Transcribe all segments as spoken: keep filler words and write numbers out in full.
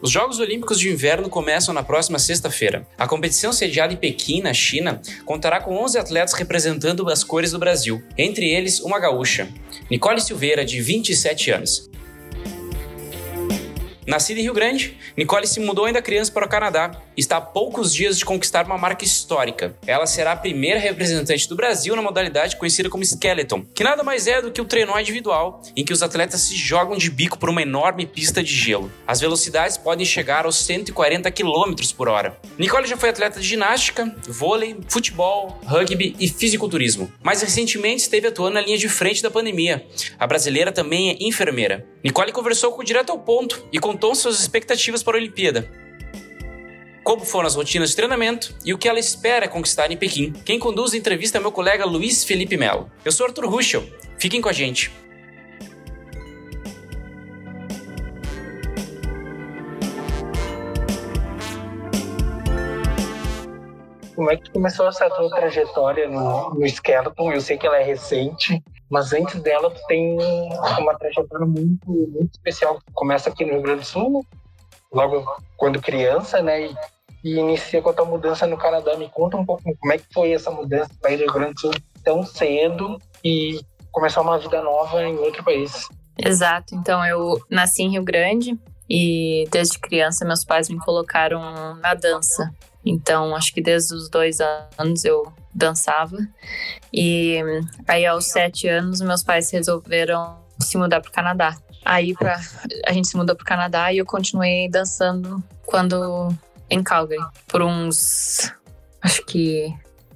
Os Jogos Olímpicos de Inverno começam na próxima sexta-feira. A competição, sediada em Pequim, na China, contará com onze atletas representando as cores do Brasil, entre eles uma gaúcha, Nicole Silveira, de vinte e sete anos. Nascida em Rio Grande, Nicole se mudou ainda criança para o Canadá e está a poucos dias de conquistar uma marca histórica. Ela será a primeira representante do Brasil na modalidade conhecida como Skeleton, que nada mais é do que o trenó individual, em que os atletas se jogam de bico por uma enorme pista de gelo. As velocidades podem chegar aos cento e quarenta quilômetros por hora. Nicole já foi atleta de ginástica, vôlei, futebol, rugby e fisiculturismo. Mais recentemente esteve atuando na linha de frente da pandemia. A brasileira também é enfermeira. Nicole conversou com o Direto ao Ponto e contou suas expectativas para a Olimpíada. Como foram as rotinas de treinamento e o que ela espera conquistar em Pequim. Quem conduz a entrevista é meu colega Luiz Felipe Melo. Eu sou Arthur Ruschel. Fiquem com a gente. Como é que começou essa tua trajetória no, no Skeleton? Eu sei que ela é recente, mas antes dela tu tem uma trajetória muito, muito especial. Tu começa aqui no Rio Grande do Sul, logo quando criança, né? E, e inicia com a tua mudança no Canadá. Me conta um pouco como é que foi essa mudança para ir do Rio Grande do Sul tão cedo e começar uma vida nova em outro país. Exato. Então, eu nasci em Rio Grande e desde criança meus pais me colocaram na dança. Então, acho que desde os dois anos eu dançava. E aí, aos sete anos, meus pais resolveram se mudar para o Canadá. Aí, pra, a gente se mudou para o Canadá e eu continuei dançando quando em Calgary. Por uns, acho que,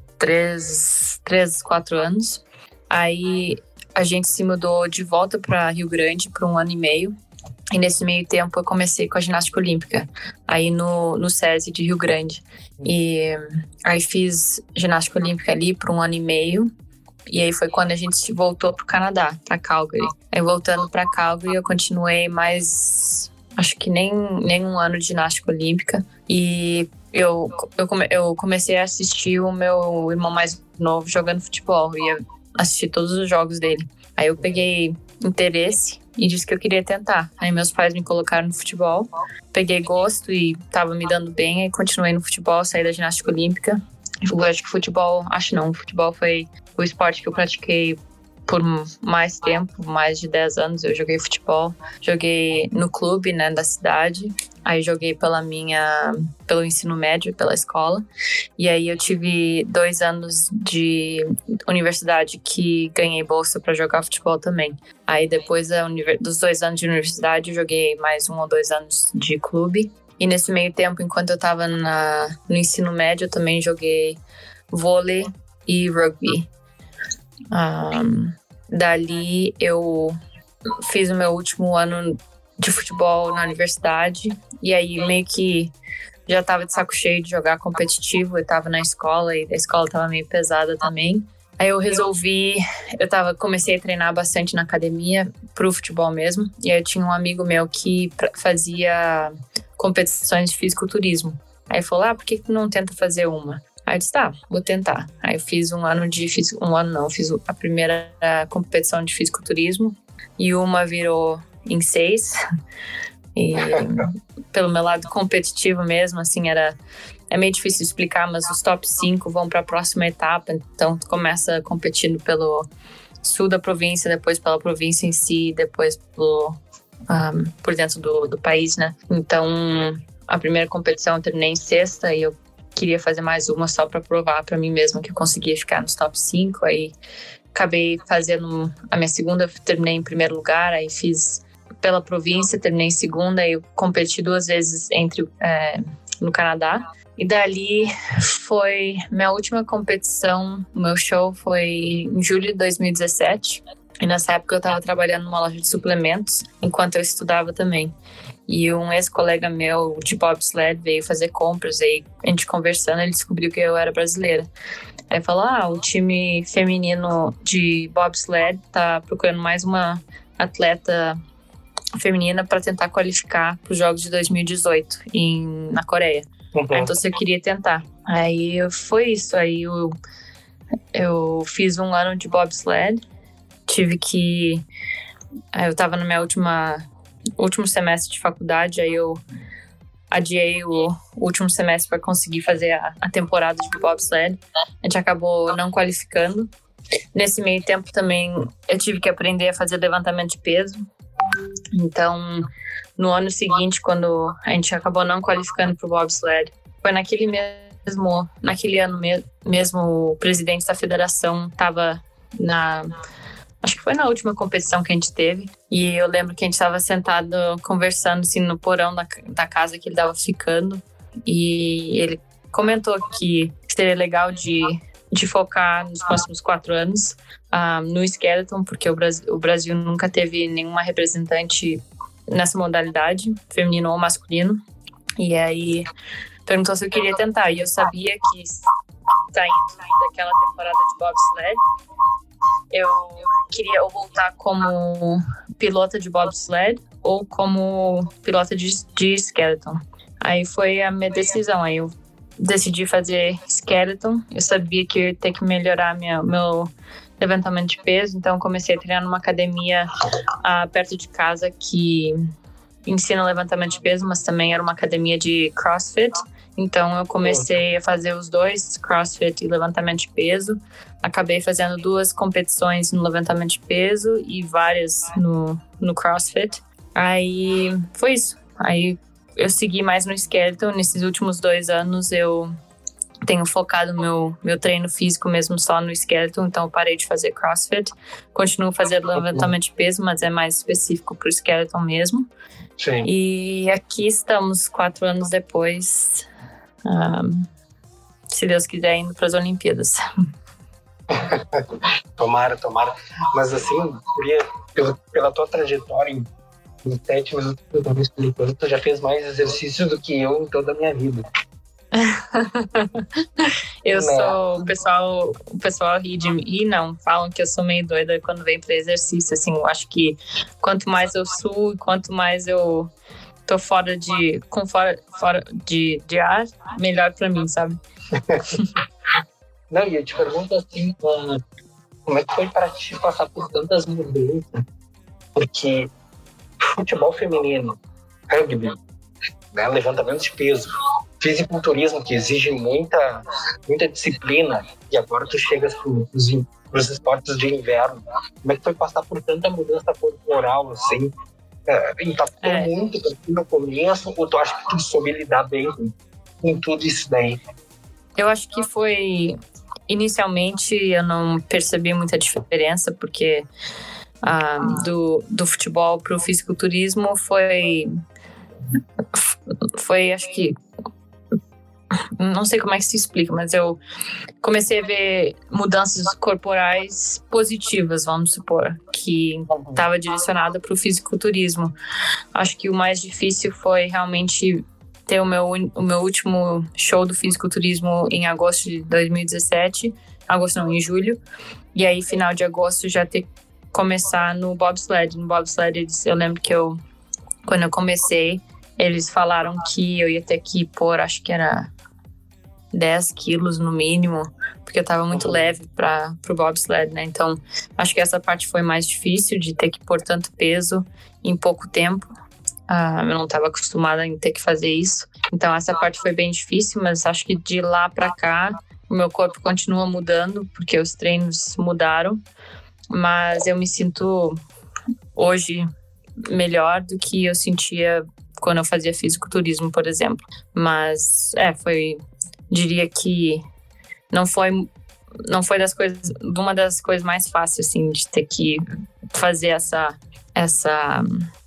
três, três quatro anos. Aí, a gente se mudou de volta para Rio Grande por um ano e meio. E nesse meio tempo eu comecei com a ginástica olímpica, aí no, no SESI de Rio Grande. E aí fiz ginástica olímpica ali por um ano e meio. E aí foi quando a gente voltou pro Canadá, pra Calgary. Aí voltando pra Calgary eu continuei mais, acho que nem, nem um ano de ginástica olímpica. E eu, eu, come, eu comecei a assistir o meu irmão mais novo jogando futebol. Eu ia assistir todos os jogos dele. Aí eu peguei interesse e disse que eu queria tentar. Aí meus pais me colocaram no futebol, peguei gosto e tava me dando bem, aí continuei no futebol, saí da ginástica olímpica. Eu acho que futebol, acho não, futebol foi o esporte que eu pratiquei por mais tempo, mais de dez anos eu joguei futebol. Joguei no clube, né, da cidade. Aí joguei pela minha, pelo ensino médio, pela escola. E aí eu tive dois anos de universidade que ganhei bolsa para jogar futebol também. Aí depois da univers... dos dois anos de universidade eu joguei mais um ou dois anos de clube. E nesse meio tempo, enquanto eu estava na... no ensino médio, eu também joguei vôlei e rugby. Um, dali eu fiz o meu último ano de futebol na universidade e aí meio que já tava de saco cheio de jogar competitivo. Eu tava na escola e a escola tava meio pesada também. Aí eu resolvi, eu tava, comecei a treinar bastante na academia pro futebol mesmo. E aí eu tinha um amigo meu que fazia competições de fisiculturismo. Aí ele falou, ah, por que tu não tenta fazer uma? Aí eu disse, tá, vou tentar. Aí eu fiz um ano de, um ano não, fiz a primeira competição de fisiculturismo e uma virou em seis. E pelo meu lado competitivo mesmo, assim, era... É meio difícil explicar, mas os top cinco vão para a próxima etapa. Então, tu começa competindo pelo sul da província, depois pela província em si, depois pelo, um, por dentro do, do país, né? Então, a primeira competição eu terminei em sexta e eu queria fazer mais uma só para provar para mim mesma que eu conseguia ficar nos top cinco. Aí, acabei fazendo a minha segunda, terminei em primeiro lugar, aí fiz pela província, terminei em segunda, aí eu competi duas vezes entre, é, no Canadá. E dali foi minha última competição, o meu show foi em julho de dois mil e dezessete. E nessa época eu estava trabalhando numa loja de suplementos, enquanto eu estudava também. E um ex-colega meu de bobsled veio fazer compras, aí a gente conversando, ele descobriu que eu era brasileira. Aí falou, ah, o time feminino de bobsled tá procurando mais uma atleta feminina para tentar qualificar para os Jogos de dois mil e dezoito em, na Coreia. Uhum. Aí, então eu queria tentar. Aí foi isso. Aí eu, eu fiz um ano de bobsled. Tive que... Eu estava no meu última, último semestre de faculdade. Aí eu adiei o, o último semestre para conseguir fazer a, a temporada de bobsled. A gente acabou não qualificando. Nesse meio tempo também eu tive que aprender a fazer levantamento de peso. Então, no ano seguinte, quando a gente acabou não qualificando para o bobsled, foi naquele mesmo, naquele ano me- mesmo o presidente da federação estava na... Acho que foi na última competição que a gente teve. E eu lembro que a gente estava sentado conversando assim, no porão da, da casa que ele estava ficando. E ele comentou que seria legal de, de focar nos próximos quatro anos uh, no skeleton, porque o Brasil, o Brasil nunca teve nenhuma representante nessa modalidade, feminino ou masculino. E aí perguntou se eu queria tentar. E eu sabia que saindo daquela temporada de bobsled, eu queria ou voltar como pilota de bobsled ou como pilota de, de skeleton. Aí foi a minha decisão. Aí eu decidi fazer skeleton. Eu sabia que eu ia ter que melhorar minha, meu levantamento de peso, então comecei a treinar numa academia uh, perto de casa que ensina levantamento de peso, mas também era uma academia de CrossFit. Então eu comecei a fazer os dois, CrossFit e levantamento de peso. Acabei fazendo duas competições no levantamento de peso e várias no, no CrossFit. Aí foi isso. Aí eu segui mais no skeleton. Nesses últimos dois anos eu tenho focado meu, meu treino físico mesmo só no skeleton, então eu parei de fazer CrossFit. Continuo fazendo levantamento de peso, mas é mais específico pro skeleton mesmo. Sim. E aqui estamos, quatro anos depois, um, se Deus quiser, indo para as Olimpíadas. Tomara, tomara. Mas assim, queria, pela, pela tua trajetória em, em sete minutos que eu estava explicando, tu já fez mais exercício do que eu em toda a minha vida. eu não. sou o pessoal o pessoal ri de mim e não falam que eu sou meio doida quando vem para exercício, assim. Eu acho que quanto mais eu suo, quanto mais eu tô fora de com fora, fora de, de ar, melhor para mim, sabe? Não, e eu te pergunto assim, como é que foi para ti passar por tantas mudanças? Porque futebol feminino, rugby, né, levantamento de peso, fisiculturismo, que exige muita, muita disciplina, e agora tu chegas para os esportes de inverno. Como é que foi passar por tanta mudança corporal, assim? É, impactou é. muito no começo, ou tu acha que tu soube lidar bem com, com tudo isso daí? Eu acho que foi... Inicialmente, eu não percebi muita diferença, porque ah, do, do futebol para o fisiculturismo foi... Foi, acho que... Não sei como é que se explica, mas eu comecei a ver mudanças corporais positivas, vamos supor, que estava direcionada para o fisiculturismo. Acho que o mais difícil foi realmente ter o meu, o meu último show do fisiculturismo em agosto de dois mil e dezessete, agosto não, em julho, e aí final de agosto já ter que começar no bobsled. No bobsled, eles, eu lembro que eu, quando eu comecei, eles falaram que eu ia ter que pôr, acho que era dez quilos no mínimo, porque eu tava muito leve para pro bobsled, né? Então, acho que essa parte foi mais difícil, de ter que pôr tanto peso em pouco tempo. Uh, eu não estava acostumada em ter que fazer isso. Então, essa parte foi bem difícil, mas acho que de lá para cá, o meu corpo continua mudando, porque os treinos mudaram. Mas eu me sinto hoje melhor do que eu sentia quando eu fazia fisiculturismo, por exemplo. Mas, é, foi... Diria que não foi, não foi das coisas, uma das coisas mais fáceis, assim, de ter que fazer essa, essa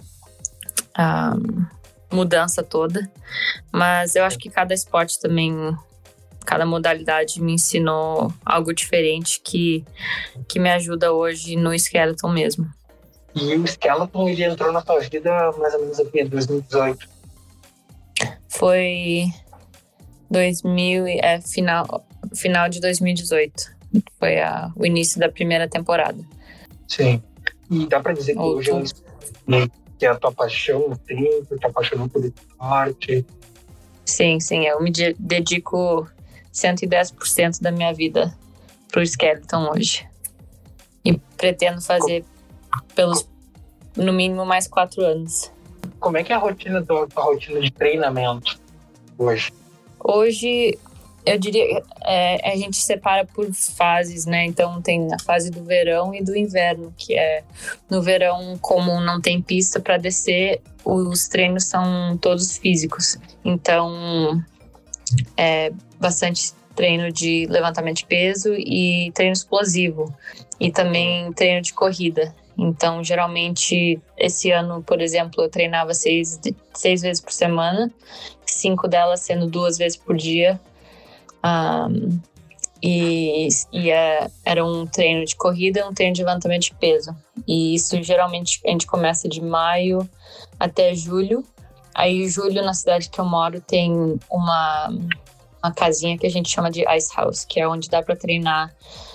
um, mudança toda. Mas eu acho que cada esporte também, cada modalidade me ensinou algo diferente que, que me ajuda hoje no skeleton mesmo. E o skeleton, ele entrou na tua vida mais ou menos aqui em dois mil e dezoito? Foi... dois mil, é, final, final de dois mil e dezoito. Foi a, o início da primeira temporada. Sim. E dá pra dizer que Outro. hoje é um esporte que é a tua paixão no tempo, te apaixonou por esporte? Sim, sim. Eu me de- dedico cento e dez por cento da minha vida pro skeleton hoje. E pretendo fazer pelos, no mínimo, mais quatro anos. Como é que é a rotina, tua, tua rotina de treinamento? hoje? Hoje, eu diria, é, a gente separa por fases, né? Então, tem a fase do verão e do inverno, que é no verão, como não tem pista para descer, os treinos são todos físicos. Então, é bastante treino de levantamento de peso e treino explosivo. E também treino de corrida. Então, geralmente, esse ano, por exemplo, eu treinava seis, seis vezes por semana, cinco delas sendo duas vezes por dia. Um, e e é, era um treino de corrida e um treino de levantamento de peso. E isso, geralmente, a gente começa de maio até julho. Aí, em julho, na cidade que eu moro, tem uma, uma casinha que a gente chama de Ice House, que é onde dá para treinar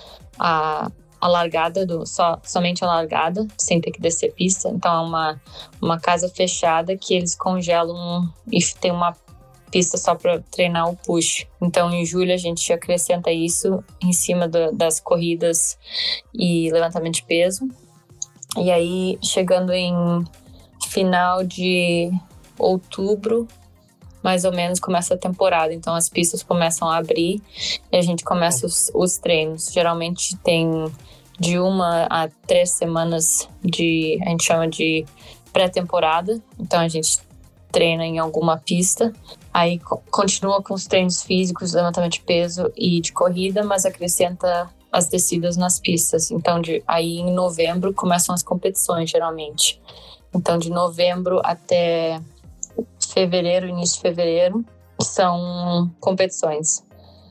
a a largada, do, só, somente a largada, sem ter que descer pista. Então é uma, uma casa fechada que eles congelam e tem uma pista só para treinar o push. Então em julho a gente acrescenta isso em cima do, das corridas e levantamento de peso. E aí chegando em final de outubro, mais ou menos, começa a temporada. Então as pistas começam a abrir e a gente começa os, os treinos. Geralmente tem de uma a três semanas de, a gente chama de pré-temporada. Então a gente treina em alguma pista. Aí co- continua com os treinos físicos, levantamento de peso e de corrida, mas acrescenta as descidas nas pistas. Então de, aí em novembro começam as competições, geralmente. Então de novembro até fevereiro, início de fevereiro, são competições.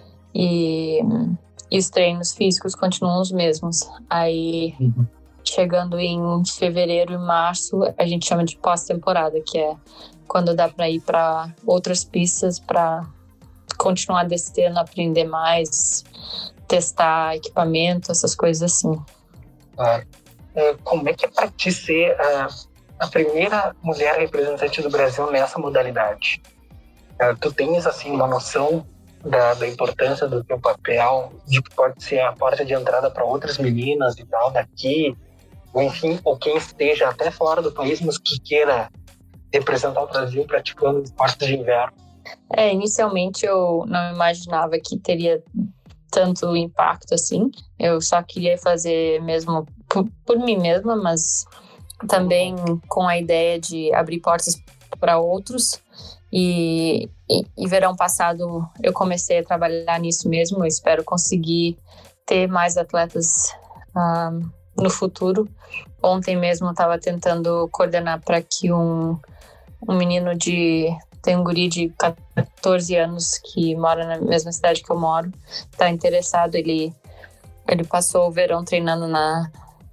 E, e os treinos físicos continuam os mesmos. Aí, uhum. chegando em fevereiro e março, a gente chama de pós-temporada, que é quando dá para ir para outras pistas para continuar descendo, aprender mais, testar equipamento, essas coisas assim. Ah, como é que é para ti ser uh... a primeira mulher representante do Brasil nessa modalidade? Uh, tu tens, assim, uma noção da, da importância do teu papel, de que pode ser a porta de entrada para outras meninas e tal, daqui, ou enfim, ou quem esteja até fora do país, mas que queira representar o Brasil praticando esportes de inverno? É, inicialmente eu não imaginava que teria tanto impacto assim. Eu só queria fazer mesmo por, por mim mesma, mas também com a ideia de abrir portas para outros. E, e, e verão passado eu comecei a trabalhar nisso mesmo. Eu espero conseguir ter mais atletas um, no futuro. Ontem mesmo eu estava tentando coordenar para que um, um menino de... Tem um guri de catorze anos que mora na mesma cidade que eu moro. Está interessado. Ele, ele passou o verão treinando na,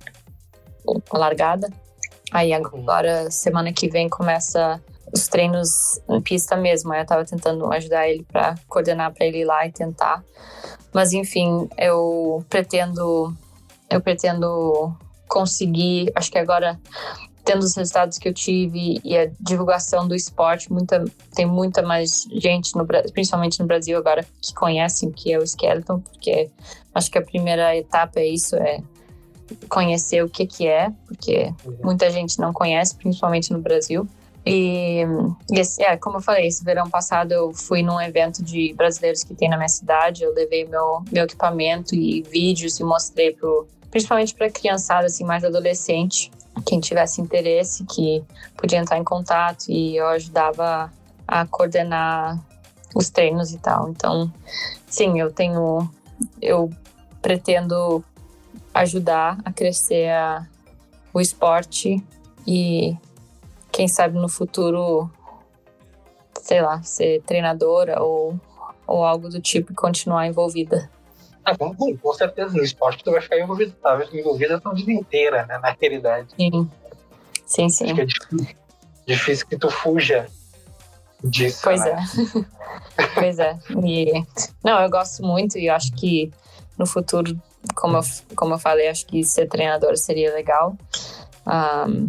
na largada. Aí agora, semana que vem, começa os treinos em pista mesmo. Aí eu tava tentando ajudar ele para coordenar para ele ir lá e tentar. Mas enfim, eu pretendo, eu pretendo conseguir, acho que agora, tendo os resultados que eu tive e a divulgação do esporte, muita, tem muita mais gente, no, principalmente no Brasil agora, que conhecem o que é o skeleton, porque acho que a primeira etapa é isso, é conhecer o que que é, porque muita gente não conhece, principalmente no Brasil. E, e esse, é, como eu falei, esse verão passado eu fui num evento de brasileiros que tem na minha cidade, eu levei meu, meu equipamento e vídeos e mostrei pro, principalmente para criançada, assim, mais adolescente, quem tivesse interesse, que podia entrar em contato, e eu ajudava a coordenar os treinos e tal. Então, sim, eu tenho, eu pretendo ajudar a crescer a, o esporte e, quem sabe, no futuro, sei lá, ser treinadora ou, ou algo do tipo e continuar envolvida. Ah, bom, com certeza, no esporte tu vai ficar envolvido, tá? envolvida a tua vida inteira, né, na realidade. Sim, sim, sim. Acho que é difícil, difícil que tu fuja disso, Pois né? é, pois é. E, não, eu gosto muito e acho que no futuro, como eu, como eu falei, acho que ser treinadora seria legal. Um,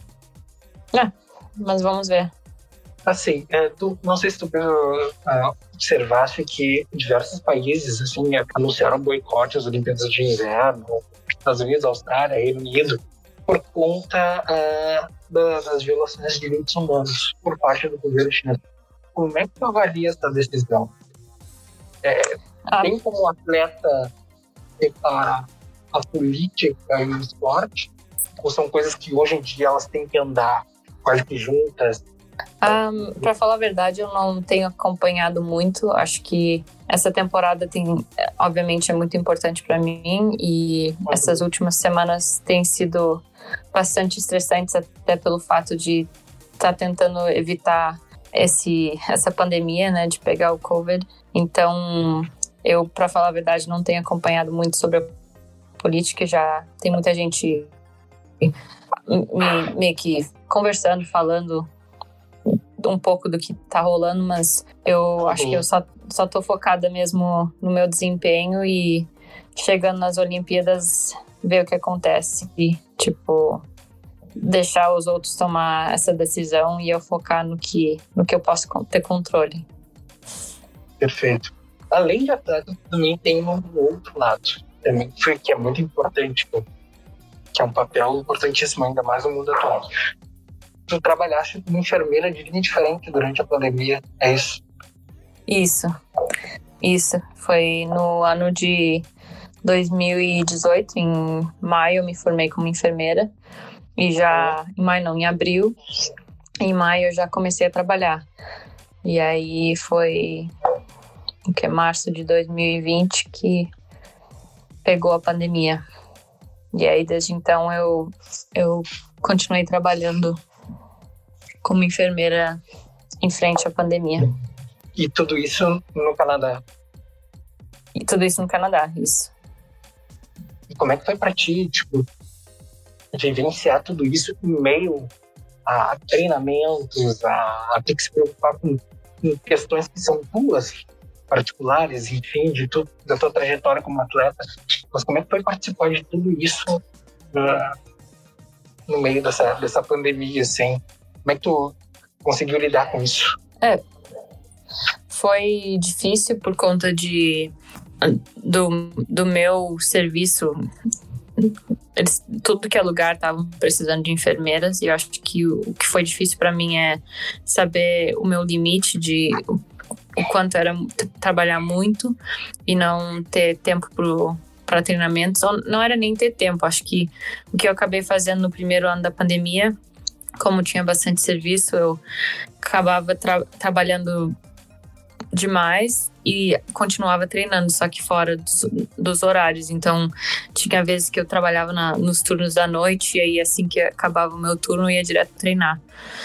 é, mas vamos ver. Assim, é, tu, não sei se tu uh, observaste que diversos países assim, anunciaram boicote às Olimpíadas de Inverno, Estados Unidos, Austrália, Reino Unido, por conta uh, da, das violações de direitos humanos por parte do governo chinês. como é que tu avalia essa decisão? É, Ah. Tem como atleta separar a política e o esporte? Ou são coisas que hoje em dia elas têm que andar quase que juntas? Um, para falar a verdade, eu não tenho acompanhado muito. Acho que essa temporada tem, obviamente, é muito importante para mim, e uhum. essas últimas semanas têm sido bastante estressantes, até pelo fato de estar tá tentando evitar esse, essa pandemia, né, de pegar o COVID. Então, eu, para falar a verdade, não tenho acompanhado muito sobre a política. Já tem muita gente me, meio que conversando, falando um pouco do que tá rolando, mas eu acho que eu só, só tô focada mesmo no meu desempenho e chegando nas Olimpíadas, ver o que acontece e, tipo, deixar os outros tomar essa decisão e eu focar no que, no que eu posso ter controle. Perfeito. Além de atleta, também tem um outro lado, também, que é muito importante, que é um papel importantíssimo, ainda mais no mundo atual. Tu trabalhaste como enfermeira de linha diferente durante a pandemia, é isso? Isso, isso. Foi no ano de dois mil e dezoito, em maio, eu me formei como enfermeira. E já, em maio não, em abril, em maio eu já comecei a trabalhar. E aí foi, o que, março de dois mil e vinte que pegou a pandemia. E aí desde então eu, eu continuei trabalhando como enfermeira em frente à pandemia. E tudo isso no Canadá? E tudo isso no Canadá, isso. E como é que foi pra ti, tipo, vivenciar tudo isso em meio a treinamentos, a, a ter que se preocupar com, com questões que são tuas, particulares, enfim, de tu, da tua trajetória como atleta. Mas como é que foi participar de tudo isso uh, no meio dessa, dessa pandemia, assim? Como é que tu conseguiu lidar com isso? É, foi difícil por conta de, do, do meu serviço. Eles, tudo que é lugar estavam precisando de enfermeiras, e eu acho que o, o que foi difícil para mim é saber o meu limite de o, o quanto era t- trabalhar muito e não ter tempo pro para treinamentos. Ou não era nem ter tempo. Acho que o que eu acabei fazendo no primeiro ano da pandemia, como tinha bastante serviço, eu acabava tra- trabalhando demais e continuava treinando, só que fora dos, dos horários. Então, tinha vezes que eu trabalhava na, nos turnos da noite, e aí assim que acabava o meu turno, eu ia direto treinar.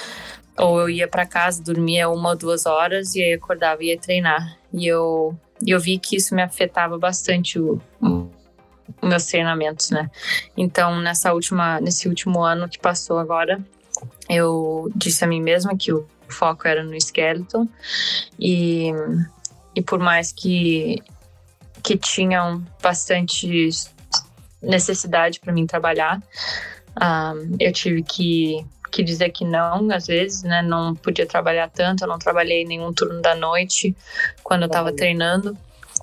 Ou eu ia para casa, dormia uma ou duas horas, e aí acordava e ia treinar. E eu, eu vi que isso me afetava bastante o, o meus treinamentos, né? Então, nessa última, nesse último ano que passou agora, eu disse a mim mesma que o foco era no skeleton, e, e por mais que, que tinham bastante necessidade para mim trabalhar, um, eu tive que, que dizer que não, às vezes, né? Não podia trabalhar tanto, eu não trabalhei nenhum turno da noite quando eu estava treinando.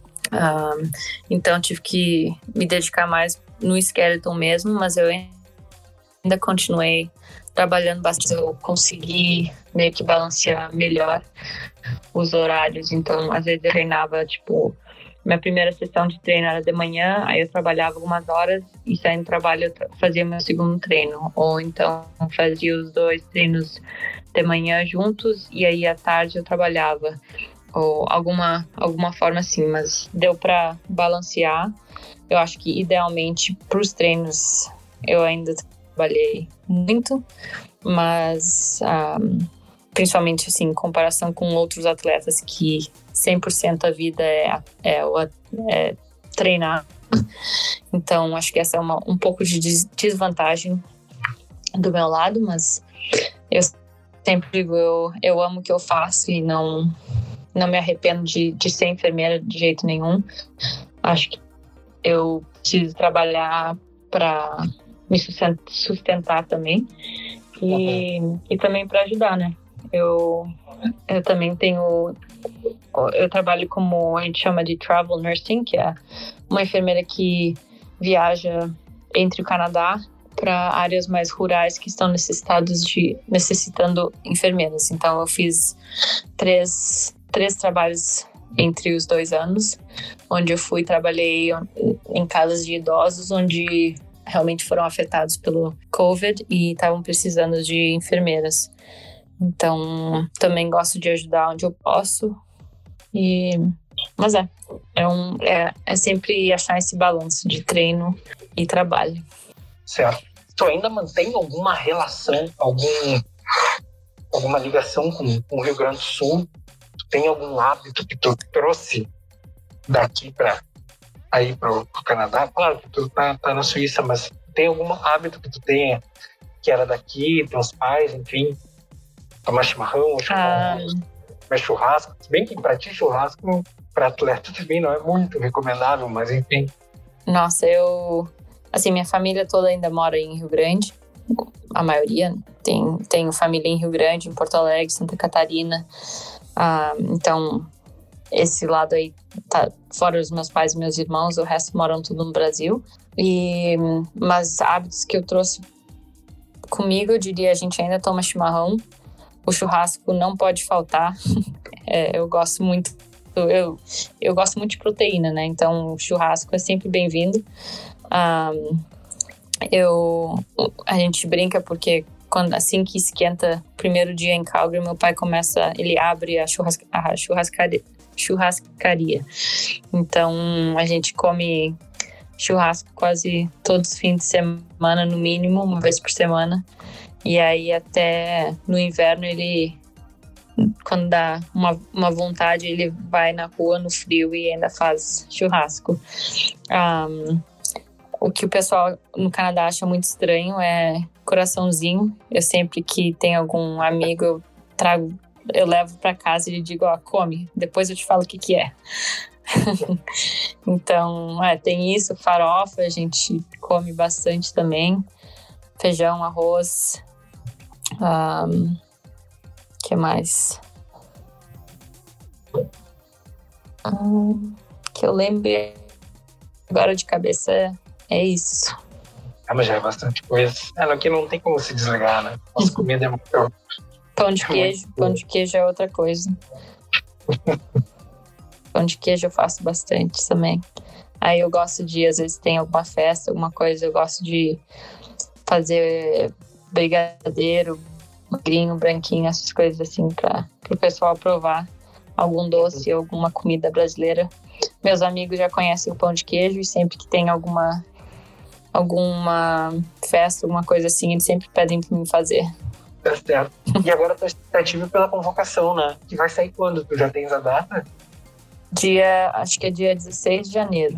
Um, então tive que me dedicar mais no skeleton mesmo, mas eu ainda continuei trabalhando bastante. Eu consegui meio que balancear melhor os horários. Então, às vezes eu treinava, tipo, minha primeira sessão de treino era de manhã, aí eu trabalhava algumas horas e saindo do trabalho eu fazia meu segundo treino. Ou então fazia os dois treinos de manhã juntos e aí à tarde eu trabalhava. Ou alguma, alguma forma assim, mas deu para balancear. Eu acho que idealmente para os treinos eu ainda trabalhei muito, mas um, principalmente assim, em comparação com outros atletas que cem por cento da vida é, é, é treinar. Então acho que essa é uma, um pouco de desvantagem do meu lado, mas eu sempre digo, eu, eu amo o que eu faço e não Não me arrependo de, de ser enfermeira de jeito nenhum. Acho que eu preciso trabalhar para me sustentar também. E, uhum. e também para ajudar, né? Eu, eu também tenho... Eu trabalho como a gente chama de travel nursing, que é uma enfermeira que viaja entre o Canadá para áreas mais rurais que estão necessitados de, necessitando enfermeiras. Então, eu fiz três, três trabalhos entre os dois anos, onde eu fui trabalhei em casas de idosos, onde realmente foram afetados pelo COVID e estavam precisando de enfermeiras. Então, também gosto de ajudar onde eu posso. E, mas é, é, um, é, é sempre achar esse balanço de treino e trabalho. Certo. Tu ainda mantém alguma relação, algum, alguma ligação com, com o Rio Grande do Sul? Tu tem algum hábito que tu trouxe daqui para aí para o Canadá? Claro que tu tá, tá na Suíça, mas tem algum hábito que tu tenha que era daqui, teus pais, enfim, tomar chimarrão, Ah. comer churrasco? Se bem que para ti churrasco, para atleta também não é muito recomendável, mas enfim. Nossa, eu... Assim, minha família toda ainda mora em Rio Grande. A maioria. Tem, tenho família em Rio Grande, em Porto Alegre, Santa Catarina. Ah, então, esse lado aí, tá fora os meus pais e meus irmãos, o resto moram tudo no Brasil. E, mas hábitos que eu trouxe comigo, eu diria, a gente ainda toma chimarrão. O churrasco não pode faltar. É, eu gosto muito... Eu, eu gosto muito de proteína, né? Então, o churrasco é sempre bem-vindo. Um, eu, a gente brinca porque quando, assim que esquenta o primeiro dia em Calgary, meu pai começa, ele abre a, churrasca, a churrascaria, churrascaria. Então a gente come churrasco quase todos os fins de semana, no mínimo, uma vez por semana. E aí até no inverno ele, quando dá uma, uma vontade, ele vai na rua no frio e ainda faz churrasco. Um, O que o pessoal no Canadá acha muito estranho é coraçãozinho. Eu sempre que tem algum amigo, eu trago, eu levo para casa e digo, ó, come, depois eu te falo o que que é. Então, é, tem isso, farofa, a gente come bastante também. Feijão, arroz. Um, que mais? Um, que eu lembre agora de cabeça é É isso. Ah, mas já é bastante coisa. É, aqui não tem como se desligar, né? Nossa comida é muito... Pão de queijo. Pão de queijo é outra coisa. Pão de queijo eu faço bastante também. Aí eu gosto de, às vezes tem alguma festa, alguma coisa, eu gosto de fazer brigadeiro, magrinho, branquinho, essas coisas assim, para o pessoal provar algum doce, alguma comida brasileira. Meus amigos já conhecem o pão de queijo e sempre que tem alguma... alguma festa, alguma coisa assim, eles sempre pedem pra mim fazer. Tá certo. E agora tua expectativa pela convocação, né? Que vai sair quando? Tu já tens a data? Dia, acho que é dia dezesseis de janeiro.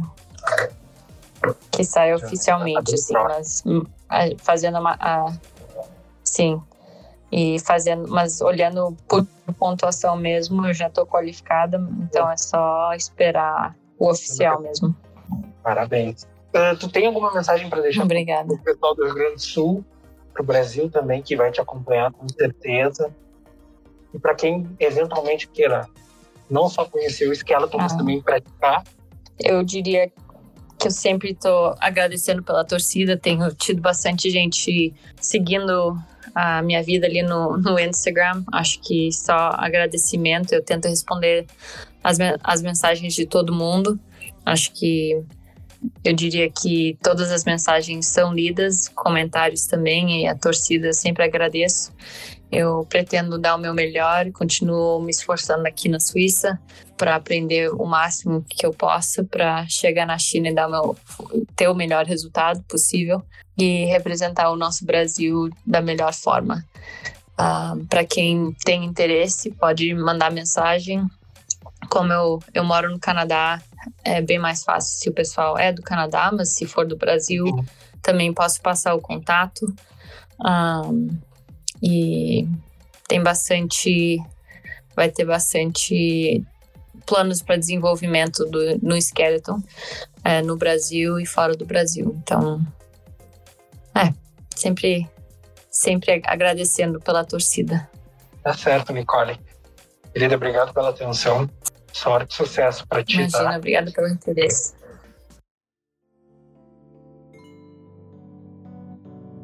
Que sai já oficialmente, tá assim, mas a, fazendo uma... A, sim. E fazendo, mas olhando por pontuação mesmo, eu já tô qualificada, então é só esperar o oficial mesmo. Parabéns. Uh, tu tem alguma mensagem para deixar Obrigada. para o pessoal do Rio Grande do Sul, para o Brasil também, que vai te acompanhar com certeza, e para quem eventualmente queira não só conhecer o Skeleton, ah. mas também praticar? Eu diria que eu sempre estou agradecendo pela torcida, tenho tido bastante gente seguindo a minha vida ali no, no Instagram, acho que só agradecimento, eu tento responder as, as mensagens de todo mundo, acho que eu diria que todas as mensagens são lidas, comentários também, e a torcida sempre agradeço. Eu pretendo dar o meu melhor, continuo me esforçando aqui na Suíça para aprender o máximo que eu possa para chegar na China e dar meu, ter o melhor resultado possível e representar o nosso Brasil da melhor forma. Uh, para quem tem interesse, pode mandar mensagem. Como eu, eu moro no Canadá, é bem mais fácil se o pessoal é do Canadá, mas se for do Brasil, também posso passar o contato. Um, e tem bastante, vai ter bastante planos para desenvolvimento do, no Skeleton, é, no Brasil e fora do Brasil. Então, é, sempre, sempre agradecendo pela torcida. Tá certo, Nicole. Querida, obrigado pela atenção. Sorte e sucesso para ti. Imagina, tá? Obrigada pelo interesse.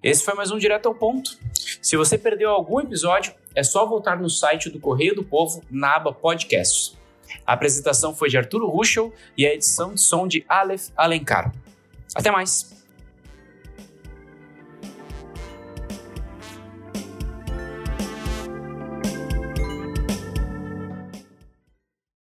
Esse foi mais um Direto ao Ponto. Se você perdeu algum episódio, é só voltar no site do Correio do Povo, na aba Podcasts. A apresentação foi de Arturo Ruschel e a edição de som de Aleph Alencar. Até mais!